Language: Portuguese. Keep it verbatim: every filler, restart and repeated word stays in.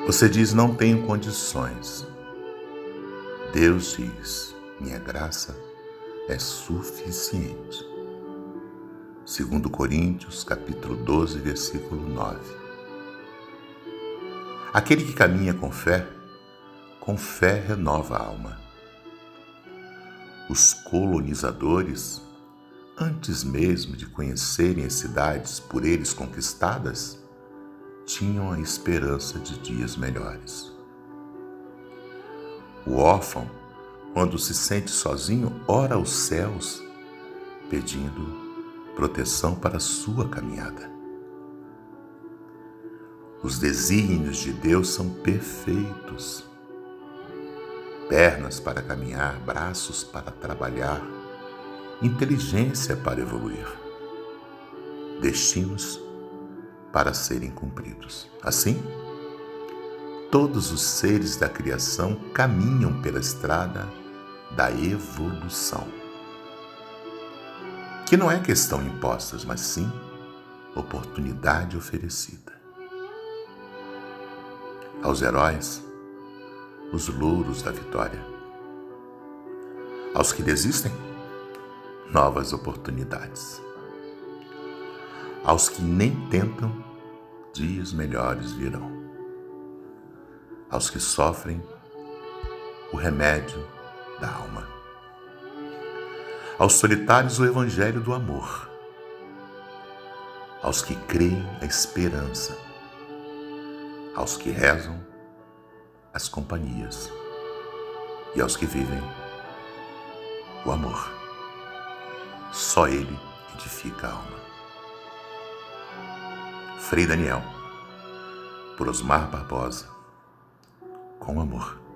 Você diz: não tenho condições. Deus diz: minha graça é suficiente. Segundo Coríntios, capítulo doze, versículo nove. Aquele que caminha com fé, com fé renova a alma. Os colonizadores, antes mesmo de conhecerem as cidades por eles conquistadas, tinham a esperança de dias melhores. O órfão, quando se sente sozinho, ora aos céus, pedindo proteção para a sua caminhada. Os desígnios de Deus são perfeitos. Pernas para caminhar, braços para trabalhar, inteligência para evoluir, destinos para serem cumpridos. Assim, todos os seres da criação caminham pela estrada da evolução, que não é questão imposta, mas sim oportunidade oferecida. Aos heróis, os louros da vitória. Aos que desistem, novas oportunidades. Aos que nem tentam, dias melhores virão. Aos que sofrem, o remédio da alma. Aos solitários, o evangelho do amor. Aos que creem, a esperança. Aos que rezam, as companhias. E aos que vivem, o amor. Só ele edifica a alma. Frei Daniel, por Osmar Barbosa, com amor.